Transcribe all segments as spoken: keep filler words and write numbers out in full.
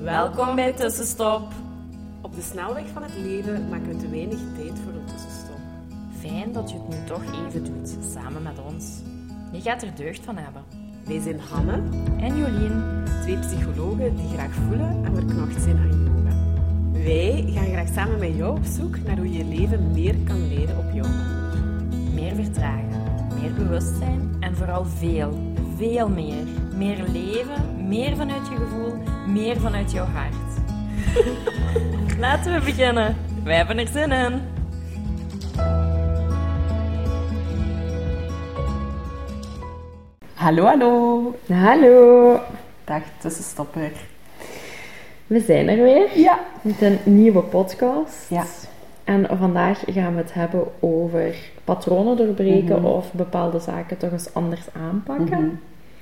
Welkom bij Tussenstop. Op de snelweg van het leven maken we te weinig tijd voor een tussenstop. Fijn dat je het nu toch even doet, samen met ons. Je gaat er deugd van hebben. Wij zijn Hanne en Jolien, twee psychologen die graag voelen en verknocht zijn aan yoga. Wij gaan graag samen met jou op zoek naar hoe je je leven meer kan leiden op jouw manier. Meer vertragen, meer bewustzijn en vooral veel, veel meer. Meer leven, meer vanuit je gevoel, meer vanuit jouw hart. Laten we beginnen. Wij hebben er zin in. Hallo, hallo. Hallo. Dag tussenstopper. We zijn er weer. Ja. Met een nieuwe podcast. Ja. En vandaag gaan we het hebben over patronen doorbreken Mm-hmm. of bepaalde zaken toch eens anders aanpakken. Mm-hmm.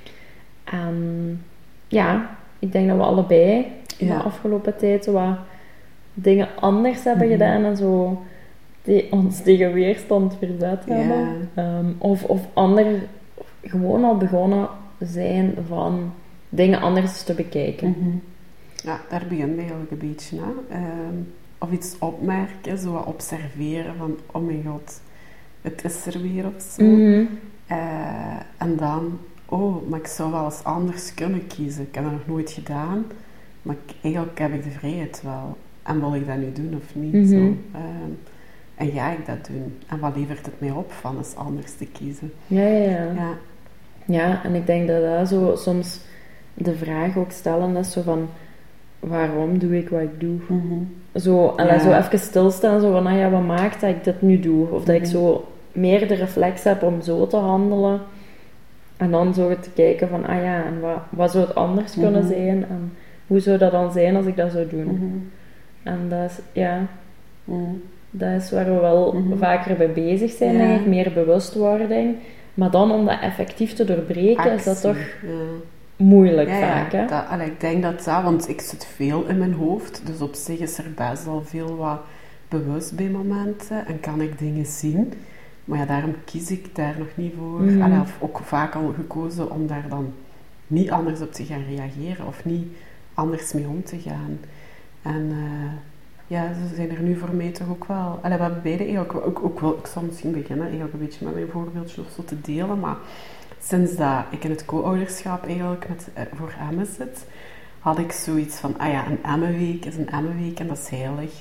En ja, ik denk dat we allebei Ja. de afgelopen tijd zo wat dingen anders hebben Mm-hmm. gedaan en zo die ons tegen weerstand verzet Ja. hebben. Ehm, of, of ander, gewoon al begonnen zijn van dingen anders te bekijken. Mm-hmm. Ja, daar begint het eigenlijk een beetje. Hè. Ehm, of iets opmerken, zo wat observeren van, oh mijn god, het is er weer of zo. Mhm. Eh, en dan, oh, maar ik zou wel eens anders kunnen kiezen. Ik heb dat nog nooit gedaan, maar ik, eigenlijk heb ik de vrijheid wel. En wil ik dat nu doen of niet? Mhm. Zo. Ehm, en ga ik dat doen? En wat levert het mij op van eens anders te kiezen? Ja, ja, ja. Ja. Ja, en ik denk dat dat zo soms de vraag ook stellen is zo van, waarom doe ik wat ik doe? Mm-hmm. Zo, en Ja. zo even stilstaan, zo van, ah ja, wat maakt dat ik dit nu doe? Of dat ik Mhm. zo meer de reflex heb om zo te handelen. En dan zo te kijken van, ah ja, en wat, wat zou het anders kunnen Mhm. zijn? En hoe zou dat dan zijn als ik dat zou doen? Mm-hmm. En dat is, ja, Mm-hmm. dat is waar we wel Mhm. vaker mee bezig zijn, Ja. denk ik. Meer bewustwording. Maar dan om dat effectief te doorbreken, is dat Actie. toch Ja. moeilijk Ja, vaak, ja, hè? dat, allee, ik denk dat dat, want ik zit veel in mijn hoofd, dus op zich is er best wel veel wat bewust bij momenten en kan ik dingen zien. Maar ja, daarom kies ik daar nog niet voor. Mhm. Allee, of ook vaak al gekozen om daar dan niet anders op te gaan reageren of niet anders mee om te gaan. En uh, ja, ze zijn er nu voor mij toch ook wel... Allee, we hebben beide eigenlijk ook, ook wel... Ik zal misschien beginnen eigenlijk een beetje met mijn voorbeeldje of zo te delen, maar sinds dat ik in het co-ouderschap eigenlijk met, uh, voor Emme zit, had ik zoiets van, ah ja, een Emmeweek is een Emmeweek en dat is heilig.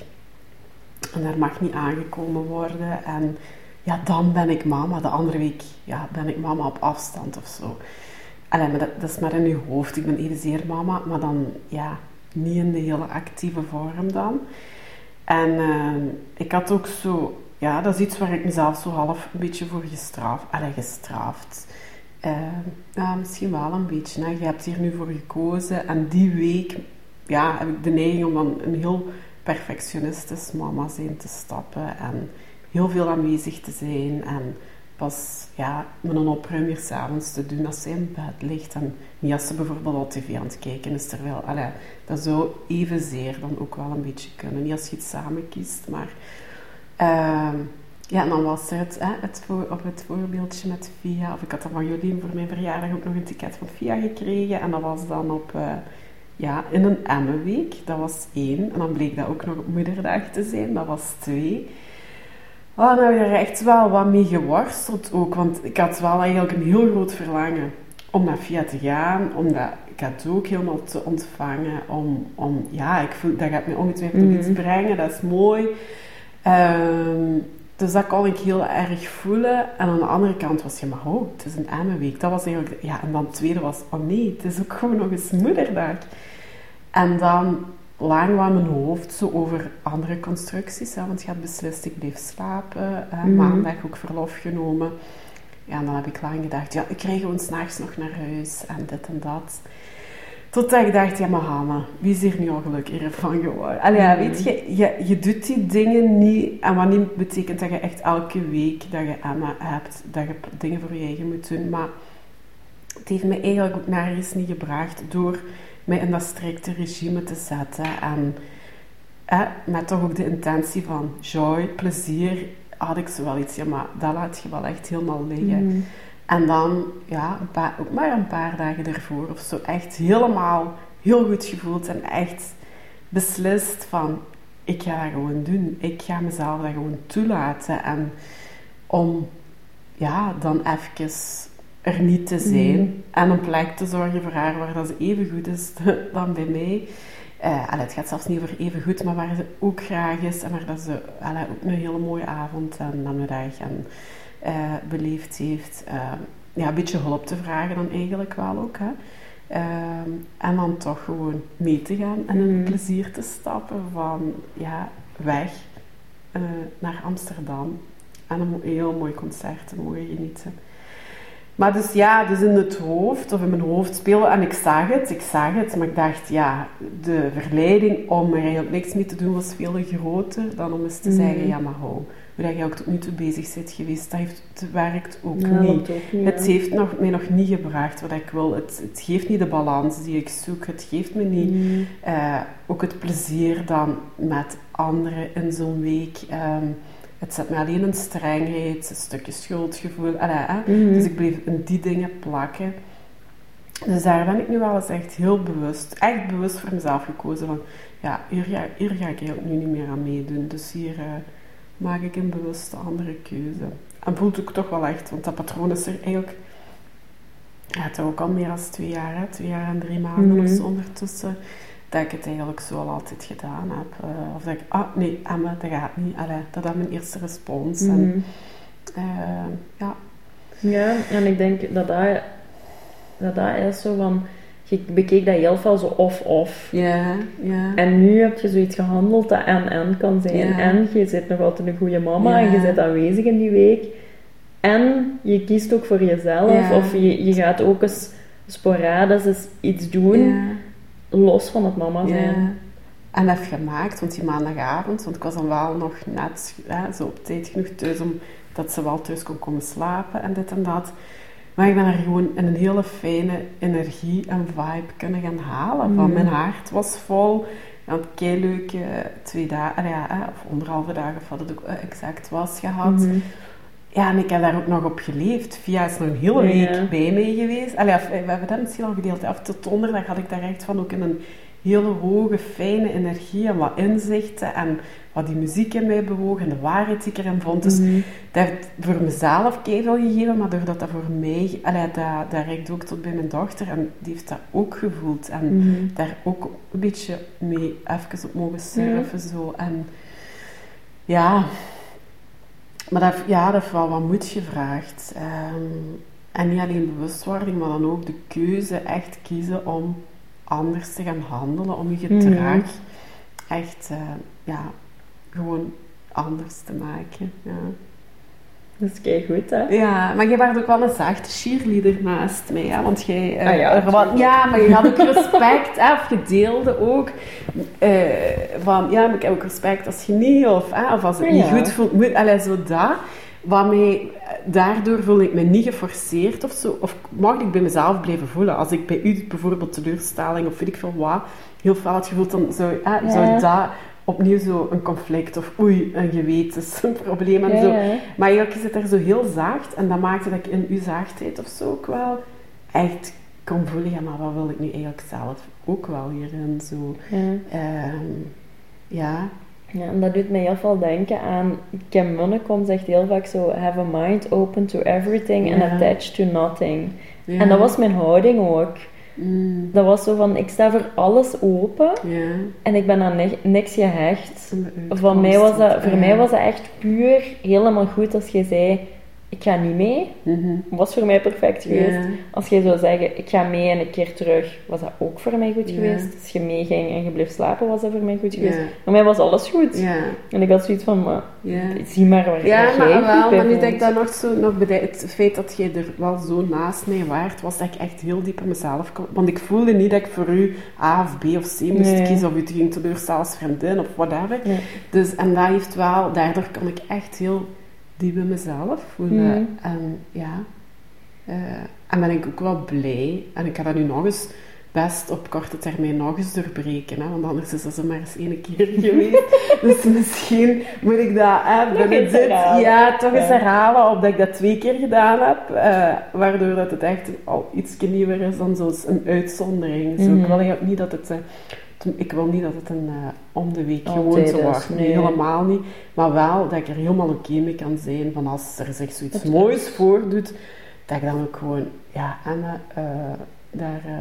En daar mag niet aangekomen worden. En ja, dan ben ik mama. De andere week ja, ben ik mama op afstand of zo. Allee, maar dat, dat is maar in je hoofd. Ik ben evenzeer mama, maar dan ja, niet in de hele actieve vorm dan. En uh, ik had ook zo... Ja, dat is iets waar ik mezelf zo half een beetje voor gestraft... Allee, gestraft... Uh, ja, misschien wel een beetje. Hè. Je hebt hier nu voor gekozen. En die week ja, heb ik de neiging om dan een heel perfectionistisch mama zijn te stappen. En heel veel aanwezig te zijn. En pas ja, met een opruimer 's avonds te doen als ze in bed ligt. En niet als ze bijvoorbeeld al tv aan het kijken is. Terwijl, allee, dat zou evenzeer dan ook wel een beetje kunnen. Niet als je het samen kiest, maar... Uh, Ja, en dan was er het, hè, het, voor, op het voorbeeldje met Via. Of ik had dan van Jolien voor mijn verjaardag ook nog een ticket van Via gekregen. En dat was dan op, uh, ja, in een Emmeweek. Dat was één. En dan bleek dat ook nog op moederdag te zijn. Dat was twee. Oh, nou, je er echt wel wat mee geworsteld ook. Want ik had wel eigenlijk een heel groot verlangen om naar Via te gaan. Om dat cadeau ook helemaal te ontvangen. Om, om ja, ik voel, dat gaat me ongetwijfeld mm-hmm. iets brengen. Dat is mooi. Um, Dus dat kon ik heel erg voelen. En aan de andere kant was je, maar oh, het is een Emmeweek. Dat was eigenlijk... Ja, en dan het tweede was, oh nee, het is ook gewoon nog eens moederdag. En dan lang was mijn hoofd zo over andere constructies. Hè, want je had beslist, ik bleef slapen. Hè, mm-hmm. Maandag ook verlof genomen. Ja, en dan heb ik lang gedacht, ja, ik krijg gewoon 's nachts nog naar huis. En dit en dat. Totdat ik dacht, ja maar Hanne, wie is hier nu al gelukkiger van geworden? Allee, ja, weet je, je, je doet die dingen niet. En wat niet betekent dat je echt elke week dat je Emma hebt, dat je dingen voor je eigen moet doen. Maar het heeft me eigenlijk ook nergens niet gebracht door mij in dat strikte regime te zetten. En eh, met toch ook de intentie van joy, plezier, had ik zo wel iets, ja maar dat laat je wel echt helemaal liggen. Mm. En dan, ja, een paar, ook maar een paar dagen ervoor of zo, echt helemaal, heel goed gevoeld en echt beslist van, ik ga dat gewoon doen. Ik ga mezelf dat gewoon toelaten. En om, ja, dan even er niet te zijn. Mm. En een plek te zorgen voor haar waar dat ze even goed is dan bij mij. Uh, allee, het gaat zelfs niet over even goed, maar waar ze ook graag is. En waar dat ze allee, ook een hele mooie avond en namiddag en, uh, beleefd heeft. Uh, ja, een beetje hulp te vragen dan eigenlijk wel ook. Hè. Uh, en dan toch gewoon mee te gaan en in mm. plezier te stappen van ja, weg uh, naar Amsterdam. En een heel mooi concert te mogen genieten. Maar dus ja, dus in het hoofd, of in mijn hoofd spelen, en ik zag het, ik zag het, maar ik dacht, ja, de verleiding om er eigenlijk niks mee te doen was veel groter dan om eens te mm. zeggen, ja, maar hou, hoe dat je ook tot nu toe bezig bent geweest, dat heeft, het werkt ook ja, niet. Ook niet het heeft nog, mij nog niet gebracht wat ik wil, het, het geeft niet de balans die ik zoek, het geeft me niet mm. uh, ook het plezier dan met anderen in zo'n week. Um, Het zet me alleen een strengheid, een stukje schuldgevoel. Allee, hè? Mm-hmm. Dus ik bleef in die dingen plakken. Dus daar ben ik nu wel eens echt heel bewust, echt bewust voor mezelf gekozen. Van, ja, hier ga, hier ga ik eigenlijk nu niet meer aan meedoen. Dus hier uh, maak ik een bewuste andere keuze. En voelt ook toch wel echt, want dat patroon is er eigenlijk... Ja, het is ook al meer dan twee jaar, hè? Twee jaar en drie maanden mm-hmm. of zo ondertussen... dat ik het eigenlijk zo al altijd gedaan heb. Uh, of dat ik, ah nee, Emma, dat gaat niet. Allee, dat is mijn eerste respons. Mm. En, uh, ja. ja, en ik denk dat dat, dat dat is zo van... Je bekeek dat heel veel zo of-of. Ja, yeah, ja. Yeah. En nu heb je zoiets gehandeld dat en-en kan zijn. Yeah. En je zit nog altijd een goede mama yeah. en je zit aanwezig in die week. En je kiest ook voor jezelf. Yeah. Of je, je gaat ook eens sporadisch eens iets doen... Yeah. Los van het mama zijn. Ja. En dat heb gemaakt, want die maandagavond, want ik was dan wel nog net hè, zo op tijd genoeg thuis om dat ze wel thuis kon komen slapen en dit en dat. Maar ik ben er gewoon in een hele fijne energie en vibe kunnen gaan halen. Mm. Van mijn hart was vol. Ik had kei leuke twee dagen, ja, of anderhalve dagen, of wat het ook exact was, gehad. Mm. Ja, en ik heb daar ook nog op geleefd. Via is nog een hele week ja. bij mij geweest. Allee, we hebben dat misschien al gedeeld. Af tot donderdag had ik daar echt van ook in een hele hoge, fijne energie en wat inzichten en wat die muziek in mij bewoog en de waarheid die ik erin vond. Dus mm-hmm. dat heeft voor mezelf keiveel gegeven, maar doordat dat voor mij... Allee, dat, dat reikt ook tot bij mijn dochter en die heeft dat ook gevoeld. En mm-hmm. daar ook een beetje mee even op mogen surfen. Mm-hmm. Zo. En ja... Maar dat, ja, dat heeft wel wat moed gevraagd. Um, en niet alleen bewustwording, maar dan ook de keuze echt kiezen om anders te gaan handelen. Om je gedrag mm-hmm. echt, uh, ja, gewoon anders te maken. Ja. Dat is kei goed, hè? Ja, maar je was ook wel een zachte cheerleader naast mij, hè? Want jij... Uh, ah, ja, er wat, ja, maar je had ook respect, hè? Of je deelde ook uh, van... Ja, maar ik heb ook respect als je niet, of, hè? Of als het ja, niet ja. goed voelt, moet... Allee, zo dat. Waarmee, daardoor voel ik me niet geforceerd of zo. Of mag ik bij mezelf blijven voelen. Als ik bij u bijvoorbeeld teleurstelling of weet ik veel wat, heel veel had gevoeld, dan zou, hè, ja. zou dat... opnieuw zo een conflict of oei, een gewetensprobleem en ja, zo. Ja. Maar je zit er zo heel zacht en dat maakte dat ik in uw zachtheid of zo ook wel echt kon voelen, ja, maar wat wil ik nu eigenlijk zelf ook wel hierin zo. Ja. Um, ja. Ja, en dat doet mij heel veel denken aan, Kim Munnekom zegt heel vaak zo, have a mind open to everything ja. and attached to nothing. Ja. En dat was mijn houding ook. Mm. Dat was zo van, ik sta voor alles open yeah. en ik ben aan ni- niks gehecht. Van mij was dat, voor yeah. mij was dat echt puur helemaal goed als je zei, ik ga niet mee. Mm-hmm. Was voor mij perfect geweest. Yeah. Als je zou zeggen, ik ga mee en een keer terug, was dat ook voor mij goed yeah. geweest. Als je meeging en je bleef slapen, was dat voor mij goed geweest. Yeah. Voor mij was alles goed. Yeah. En ik had zoiets van, maar, yeah. zie maar waar ja, jij maar, goed wel, bij maar nu vond. denk ik dat nog zo, nog bij het feit dat jij er wel zo naast mij waart, was dat ik echt heel diep in mezelf kon. Want ik voelde niet dat ik voor u A of B of C moest nee. kiezen, of u te ging teleurstellen als vriendin of whatever. Nee. Dus, en dat heeft wel, daardoor kon ik echt heel diep in mezelf voelen. Mm. En ja, uh, en ben ik ook wel blij. En ik heb dat nu nog eens best op korte termijn nog eens doorbreken. Hè? Want anders is dat zo maar eens één keer geweest. Dus misschien moet ik dat hè, binnen dit ja, toch eens herhalen. Of dat ik dat twee keer gedaan heb. Uh, waardoor dat het echt al iets nieuwer is dan zo'n uitzondering. Zo, mm-hmm. Ik wil niet dat het... Uh, Ik wil niet dat het een uh, om de week Altijd gewoon zo wordt. Nee. nee, helemaal niet. Maar wel dat ik er helemaal oké okay mee kan zijn. Van als er zich zoiets het moois is. voordoet, dat ik dan ook gewoon... Ja, Anne, uh, daar... Uh,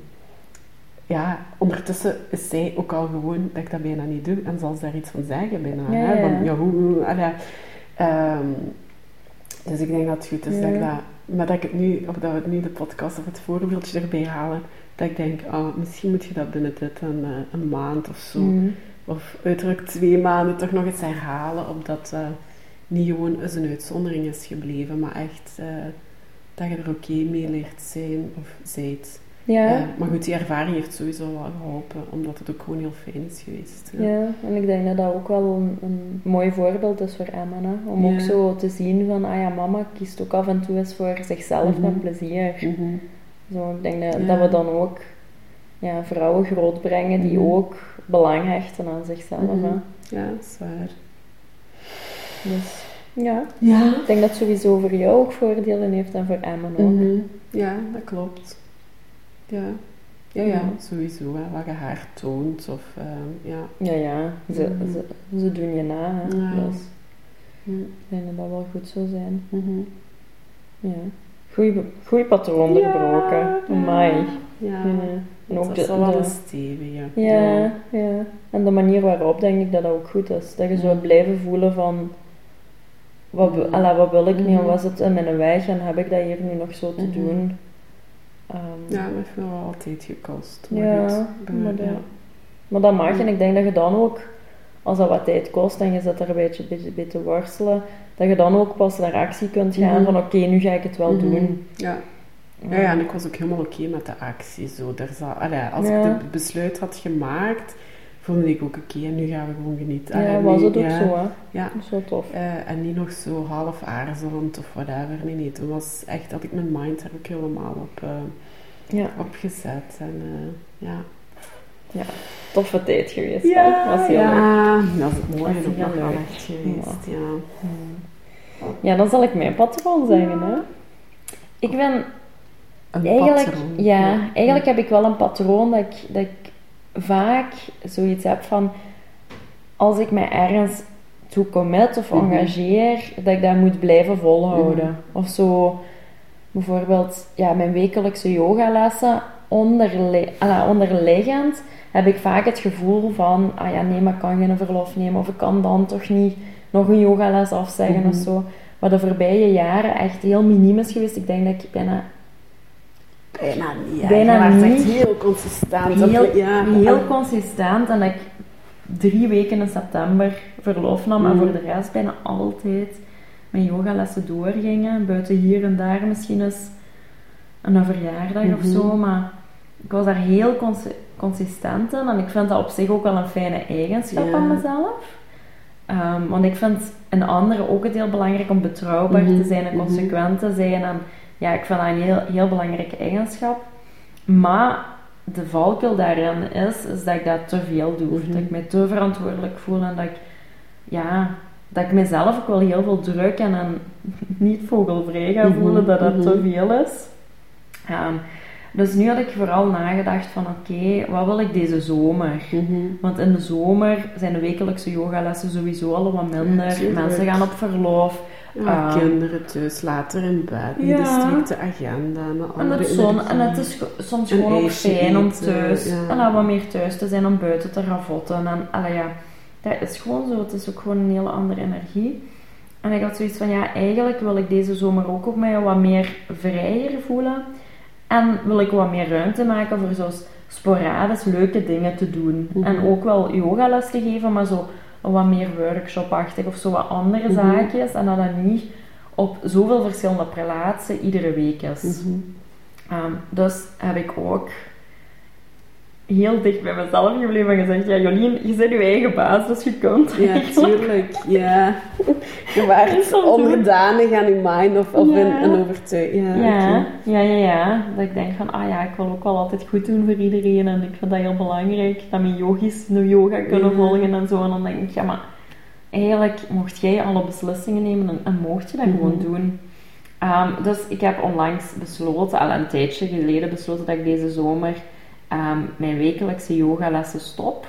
ja, ondertussen is zij ook al gewoon dat ik dat bijna niet doe. En zal ze daar iets van zeggen bijna. Ja, hè? ja. Van, ja, hoe... hoe allee, um, dus ik denk dat het goed is ja. dat ik dat... Maar dat, ik het nu, of dat we het nu de podcast of het voorbeeldje erbij halen... Dat ik denk, oh, misschien moet je dat binnen dit een, uh, een maand of zo. Mm. Of uiterlijk twee maanden toch nog eens herhalen. Opdat uh, niet gewoon eens een uitzondering is gebleven. Maar echt uh, dat je er oké okay mee leert zijn of zijt. Ja. Uh, maar goed, die ervaring heeft sowieso wel geholpen. Omdat het ook gewoon heel fijn is geweest. Ja, ja en ik denk dat dat ook wel een, een mooi voorbeeld is voor Emma. Hè? Om ja. ook zo te zien van, ah ja, mama kiest ook af en toe eens voor zichzelf mm-hmm. met plezier. Mm-hmm. Zo, ik denk dat, ja. dat we dan ook ja, vrouwen grootbrengen die mm-hmm. ook belang hechten aan zichzelf. Mm-hmm. Hè. Ja, dat is waar. Dus ja. ja, ik denk dat het sowieso voor jou ook voordelen heeft en voor Emma ook. Mm-hmm. Ja, dat klopt. Ja, ja, ja mm-hmm. sowieso. Hè, wat je haar toont. Of, uh, ja. ja, ja, ze, mm-hmm. ze, ze doen je na. Hè. Ja. Dus mm-hmm. ik denk dat dat wel goed zou zijn. Mm-hmm. Ja. Goeie patroon doorbroken. Ja, Amai. Ja. Ja. En ook dat is wel een stevige. Ja, ja, ja. En de manier waarop denk ik dat dat ook goed is. Dat je zo blijven voelen van... Wat, mm. alla, wat wil ik nu? Mm. Wat is het in mijn weg? En heb ik dat hier nu nog zo te mm-hmm. doen? Um, ja, dat heeft me wel altijd gekost. Maar ja, goed, maar, ja. Dat, maar dat mag. En ik denk dat je dan ook... Als dat wat tijd kost en je zit er een beetje, beetje, beetje te worstelen... Dat je dan ook pas naar actie kunt gaan mm-hmm. van oké, okay, nu ga ik het wel mm-hmm. doen. Ja. Ja, ja, en ik was ook helemaal oké okay met de actie. Zo. Daar zat, allee, als ja. ik het besluit had gemaakt, vond ik ook oké, okay, en nu gaan we gewoon genieten. Allee, ja, was nu, het ook ja, zo, hè? Ja. Zo tof. Uh, en niet nog zo half aarzelend of whatever. Nee, nee, toen was echt, had ik mijn mind er ook helemaal op, uh, ja. op gezet. En uh, ja... Ja, toffe tijd geweest. Ja, was heel ja. leuk. Dat is het mooie ook nog wel leuk. echt geweest, ja. Ja. Ja, dan zal ik mijn patroon zeggen, hè. Ik ben... Een eigenlijk, patroon. Ja, ja, eigenlijk heb ik wel een patroon dat ik, dat ik vaak zoiets heb van... Als ik mij ergens toe commit of mm-hmm. engageer, dat ik dat moet blijven volhouden. Mm-hmm. Of zo... Bijvoorbeeld, ja, mijn wekelijkse yogalessen... Onderli- ala, onderliggend heb ik vaak het gevoel van ah ja, nee, maar ik kan geen verlof nemen of ik kan dan toch niet nog een yogales afzeggen mm-hmm. of zo. Wat de voorbije jaren echt heel miniem is geweest. Ik denk dat ik bijna... Bijna niet, ja. Bijna je niet. echt heel consistent. Heel, ja. heel consistent. En dat ik drie weken in september verlof nam. Mm. En voor de rest bijna altijd mijn yogalessen doorgingen. Buiten hier en daar misschien eens een verjaardag mm-hmm. of zo. Maar ik was daar heel cons- consistent in. En ik vind dat op zich ook wel een fijne eigenschap ja. aan mezelf. Um, want ik vind in anderen ook het heel belangrijk om betrouwbaar mm-hmm. te zijn en consequent te zijn. En ja, ik vind dat een heel, heel belangrijke eigenschap. Maar de valkuil daarin is, is dat ik dat te veel doe. Mm-hmm. Dat ik mij te verantwoordelijk voel en dat ik, ja, dat ik mezelf ook wel heel veel druk en, en niet vogelvrij ga mm-hmm. voelen dat dat mm-hmm. te veel is. Um, dus nu had ik vooral nagedacht van oké, okay, wat wil ik deze zomer? Mm-hmm. Want in de zomer zijn de wekelijkse yogalessen sowieso al wat minder. Ja, mensen gaan op verlof. Ja, um, kinderen thuis, later in bed, niet ja. de strikte agenda. En, en, het zon, en het is soms gewoon ook fijn om thuis, ja. en wat meer thuis te zijn, om buiten te ravotten. En allee, ja, dat is gewoon zo, het is ook gewoon een hele andere energie. En ik had zoiets van, ja, eigenlijk wil ik deze zomer ook op mij wat meer vrijer voelen. En wil ik wat meer ruimte maken voor zo sporadisch leuke dingen te doen. Mm-hmm. En ook wel yogales te geven, maar zo wat meer workshopachtig of zo wat andere mm-hmm. zaakjes. En dat dat niet op zoveel verschillende plaatsen iedere week is. Mm-hmm. Um, dus heb ik ook heel dicht bij mezelf gebleven en gezegd, ja Jolien, je bent je eigen baas, dus je kunt Ja, eigenlijk. tuurlijk. Ja. Je waart onderdanig aan je mind of, of Ja. een, een overtuiging. Ja, Ja, oké. ja, ja, ja. Dat ik denk van, ah ja, ik wil ook wel altijd goed doen voor iedereen en ik vind dat heel belangrijk, dat mijn yogis nu yoga kunnen Ja. volgen en zo. En dan denk ik, ja, maar eigenlijk mocht jij alle beslissingen nemen en, en mocht je dat Mhm. gewoon doen. Ehm, dus ik heb onlangs besloten, al een tijdje geleden besloten, dat ik deze zomer ehm, mijn wekelijkse yogalessen stop.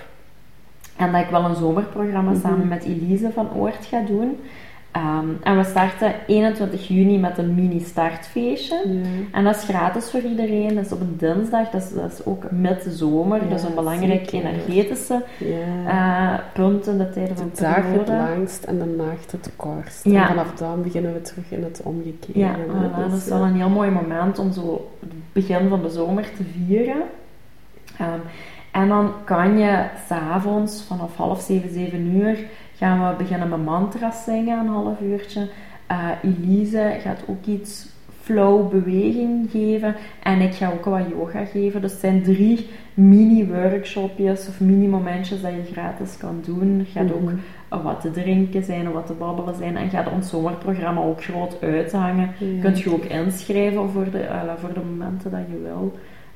En dat ik wel een zomerprogramma Mhm. samen met Elise van Oort ga doen. Ehm, en we starten eenentwintig juni met een mini-startfeestje. Ja. En dat is gratis voor iedereen. Dat is op een dinsdag. Dat is, dat is ook mid-zomer. Ja, dus een belangrijk zeker. energetische Ja. uh, punt in de tijden van De dag het periode. langst en de nacht het kortst. Ja. En vanaf dan beginnen we terug in het omgekeerde. Ja, hè. voilà, Dus, dat is ja. wel een heel mooi moment om zo het begin van de zomer te vieren. Um, en dan kan je s'avonds vanaf half zeven, zeven uur gaan we beginnen met mantra's zingen, een half uurtje. Uh, Elise gaat ook iets flow beweging geven en ik ga ook wat yoga geven. Dus het zijn drie mini-workshopjes of mini-momentjes dat je gratis kan doen. Er gaat ook uh, wat te drinken zijn, wat te babbelen zijn en gaat ons zomerprogramma ook groot uithangen. Ja. Kunt je ook inschrijven voor de, uh, voor de momenten dat je wil.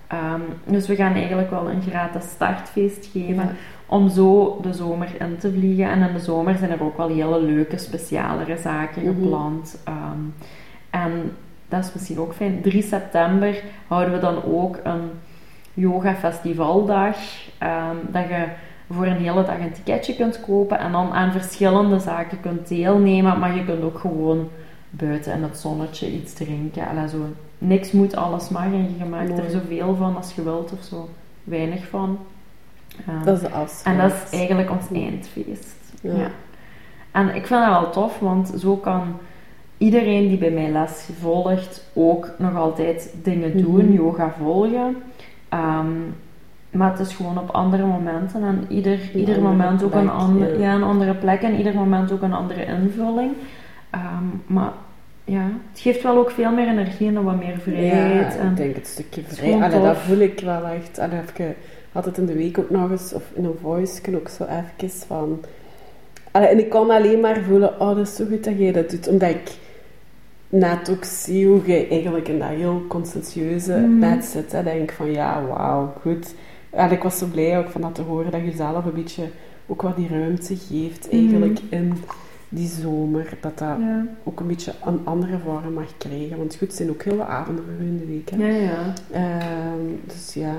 Um, dus we gaan eigenlijk wel een gratis startfeest geven Ja. om zo de zomer in te vliegen. En in de zomer zijn er ook wel hele leuke, specialere zaken Mhm. gepland. Um, en dat is misschien ook fijn. drie september houden we dan ook een yoga festivaldag. Um, dat je voor een hele dag een ticketje kunt kopen en dan aan verschillende zaken kunt deelnemen. Maar je kunt ook gewoon buiten in het zonnetje iets drinken. Allee, zo. Niks moet, alles mag en je maakt Mooi. er zoveel van als je wilt of zo. Weinig van. Um, Dat is de afspraak. en dat is eigenlijk ons eindfeest. Ja. Ja. En ik vind dat wel tof, want zo kan iedereen die bij mij les volgt ook nog altijd dingen doen, Mhm. yoga volgen. Um, maar het is gewoon op andere momenten en ieder, Een ieder andere moment ook een, plek, ander, ja. ja, een andere plek en ieder moment ook een andere invulling. Um, maar ja, het geeft wel ook veel meer energie en wat meer vrijheid. Ja, en ik denk het stukje is vrij. gewoon Allee, dat tof. voel ik wel echt. Allee, ik had het in de week ook nog eens, of in een voice ook zo even van... Allee, en ik kon alleen maar voelen, oh, dat is zo goed dat jij dat doet. Omdat ik net ook zie hoe je eigenlijk in dat heel conscientieuze Mhm. net zit. En denk van, ja, wauw, goed. En ik was zo blij ook van dat te horen, dat je zelf een beetje ook wat die ruimte geeft, eigenlijk, in die zomer. Dat dat ja. ook een beetje een andere vorm mag krijgen. Want goed, het zijn ook heel wat avonden voor u in de week. Hè? Ja, ja. Ehm, dus ja.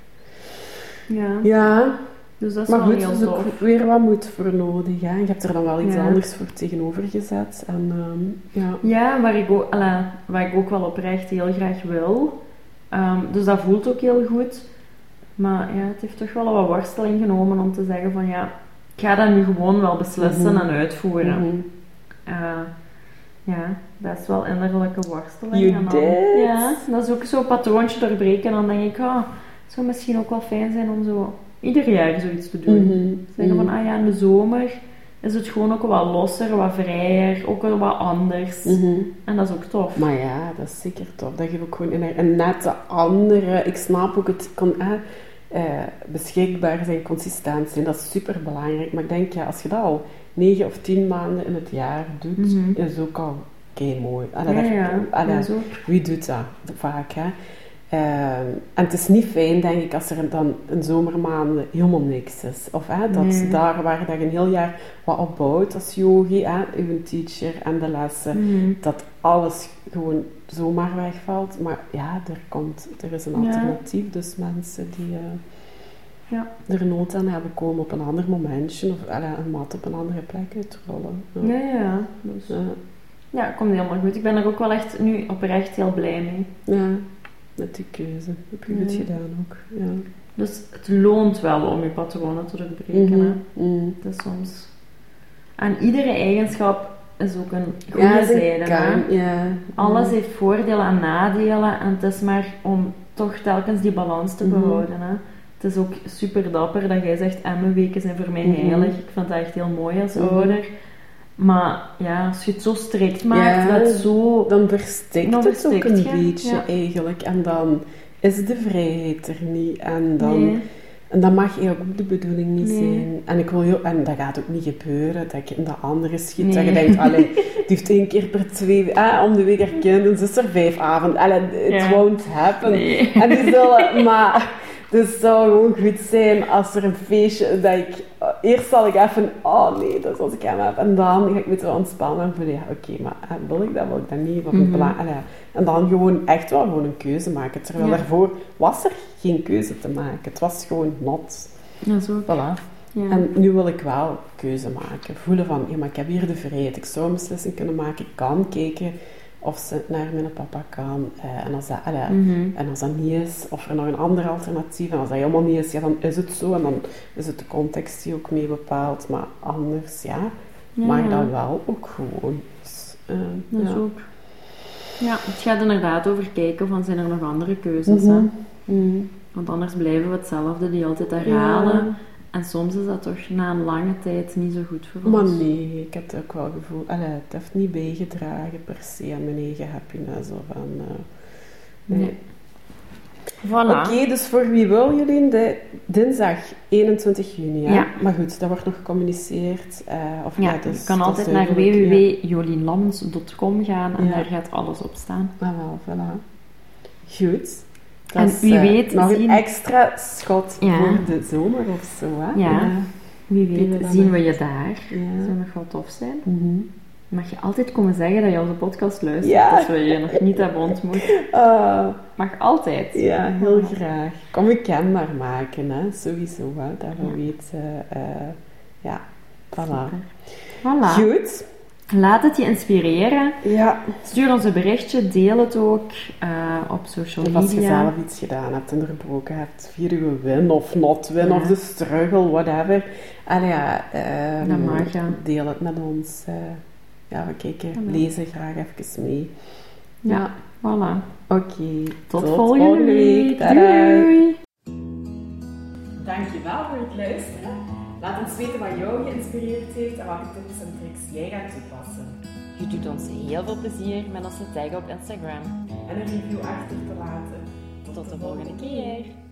ja. Ja, Dus dat is maar wel goed, er heel is tof. ook weer wat moed voor nodig. Hè? Je hebt er dan wel iets Ja. anders voor tegenover gezet. En ehm, ja. Ja, waar ik, ook, allee, waar ik ook wel oprecht heel graag wil. Um, dus dat voelt ook heel goed. Maar ja, het heeft toch wel wat worsteling genomen om te zeggen van ja, ik ga dat nu gewoon wel beslissen Mhm. en uitvoeren. Mhm. Uh, ja, dat is wel innerlijke worsteling. You en dan, did. Ja, dat is ook zo'n patroontje doorbreken. En dan denk ik, ah, het zou misschien ook wel fijn zijn om zo ieder jaar zoiets te doen. Mhm. Zeggen van, Mhm. ah ja, in de zomer is het gewoon ook wat losser, wat vrijer, ook wel wat anders. Mhm. En dat is ook tof. Maar ja, dat is zeker tof. Dat je ook gewoon in een net de andere... Ik snap ook het... Kon, eh, eh, beschikbaar zijn, consistent zijn, dat is super belangrijk. Maar ik denk, ja, als je dat al negen of tien maanden in het jaar doet, Mhm. is ook al kei mooi. Ja, ja, Allee, dat is ook. wie doet dat vaak, hè? Ehm, en het is niet fijn, denk ik, als er dan in zomermaanden helemaal niks is. Of hè, dat Nee. daar waar je een heel jaar wat opbouwt als yogi, hè, uw teacher en de lessen, Mhm. dat alles gewoon zomaar wegvalt. Maar ja, er, komt, er is een Ja. alternatief. Dus mensen die eh, Ja. er nood aan hebben, komen op een ander momentje of allee, een mat op een andere plek uitrollen. Ja. Ja, ja. Dus, Ja. ja, het komt helemaal goed. Ik ben er ook wel echt nu oprecht heel blij mee. Ja, met die keuze. Dat heb je goed Ja. gedaan ook. Ja. Dus het loont wel om je patronen te doorbreken. Mhm. Hè. Mhm. Het is soms... En iedere eigenschap is ook een goede Ja, ze zijde. Hè. kan, ja. Alles Mhm. heeft voordelen en nadelen. En het is maar om toch telkens die balans te Mhm. behouden. Hè. Het is ook super dapper dat jij zegt, Emmenweken zijn voor mij Mhm. heilig. Ik vind dat echt heel mooi als Mhm. ouder. Maar ja, als je het zo strikt maakt, Ja, dat zo... Dan verstikt Dan het ook verstikt een je, beetje ja. eigenlijk. En dan is de vrijheid er niet. En dan Nee. En dat mag eigenlijk ook de bedoeling niet Nee. zijn. En, ik wil heel, en dat gaat ook niet gebeuren, dat ik in de andere schiet. Nee. Dat je denkt, allee, die heeft één keer per twee, ah, om de week herkend, en ze is er vijf avond. Allee, it Ja. won't happen. Nee. En die zullen, maar dus het zou gewoon goed zijn als er een feestje, dat ik, eerst zal ik even, oh nee, dat is als ik hem heb. En dan ga ik me zo ontspannen en voelen, ja, oké, okay, maar wil ik dat, wil ik dat niet? Of Mm-hmm. bla, allee. En dan gewoon echt wel gewoon een keuze maken. Terwijl Ja. daarvoor was er geen keuze te maken. Het was gewoon not. Ja, zo. Voilà. Ja. En nu wil ik wel keuze maken. Voelen van, ja, maar ik heb hier de vrijheid. Ik zou een beslissing kunnen maken. Ik kan kijken of ze naar mijn papa kan. Eh, en, als dat, allee, Mhm. en als dat niet is, of er nog een ander alternatief. En als dat helemaal niet is, ja, dan is het zo. En dan is het de context die ook mee bepaalt. Maar anders, ja, Ja, mag ja. dat wel ook gewoon. Dus, eh, Dat is ja. ook. Ja, het gaat inderdaad over kijken van zijn er nog andere keuzes. Mhm. Hè? Mhm. Want anders blijven we hetzelfde die altijd herhalen. Ja. En soms is dat toch na een lange tijd niet zo goed voor Maar ons. nee, ik heb het ook wel gevoel. Allee, het heeft niet bijgedragen per se aan mijn eigen happiness. Of aan, uh, nee. Nee. Voilà. Oké, dus voor wie wil jullie de dinsdag eenentwintig juni? Ja? Ja. Maar goed, dat wordt nog gecommuniceerd. Uh, of, Ja, dus, je kan dat altijd is naar w duidelijk, w ja. w punt jolienlammens punt com gaan en Ja. daar gaat alles op staan. Ah, wel, voilà. Goed. Dat En is, wie eh, weet nog zien- een extra schot Ja. voor de zomer of zo, hè? Ja. Wie Beter weet dan zien dat. we je daar. Ja. Dat zou nog wel tof zijn. Mhm. Mag je altijd komen zeggen dat je onze podcast luistert Ja. als we je nog niet hebben ontmoet. Ah, Mag altijd. ja, heel graag. Kom je kenbaar maken, hè? Sowieso, hè? Dat we Ja. weten. eh, ja, voilà. Voilà. Goed. Laat het je inspireren. Ja. Stuur ons een berichtje, deel het ook uh, op social Of als je media. zelf iets gedaan hebt en doorbroken hebt, via je win of not win Ja. of de struggle, whatever. En ja, ehm, Dat mag, ja. deel het met ons. eh, ja, we kijken, Ja. lezen graag even mee. Ja, voilà. Oké, Tot, volgende week. Tada. Doei. Dankjewel voor het luisteren. Laat ons weten wat jou geïnspireerd heeft en welke tips en tricks jij gaat toepassen. Je doet ons heel veel plezier met onze tag op Instagram. En een review achter te laten. Tot de volgende keer.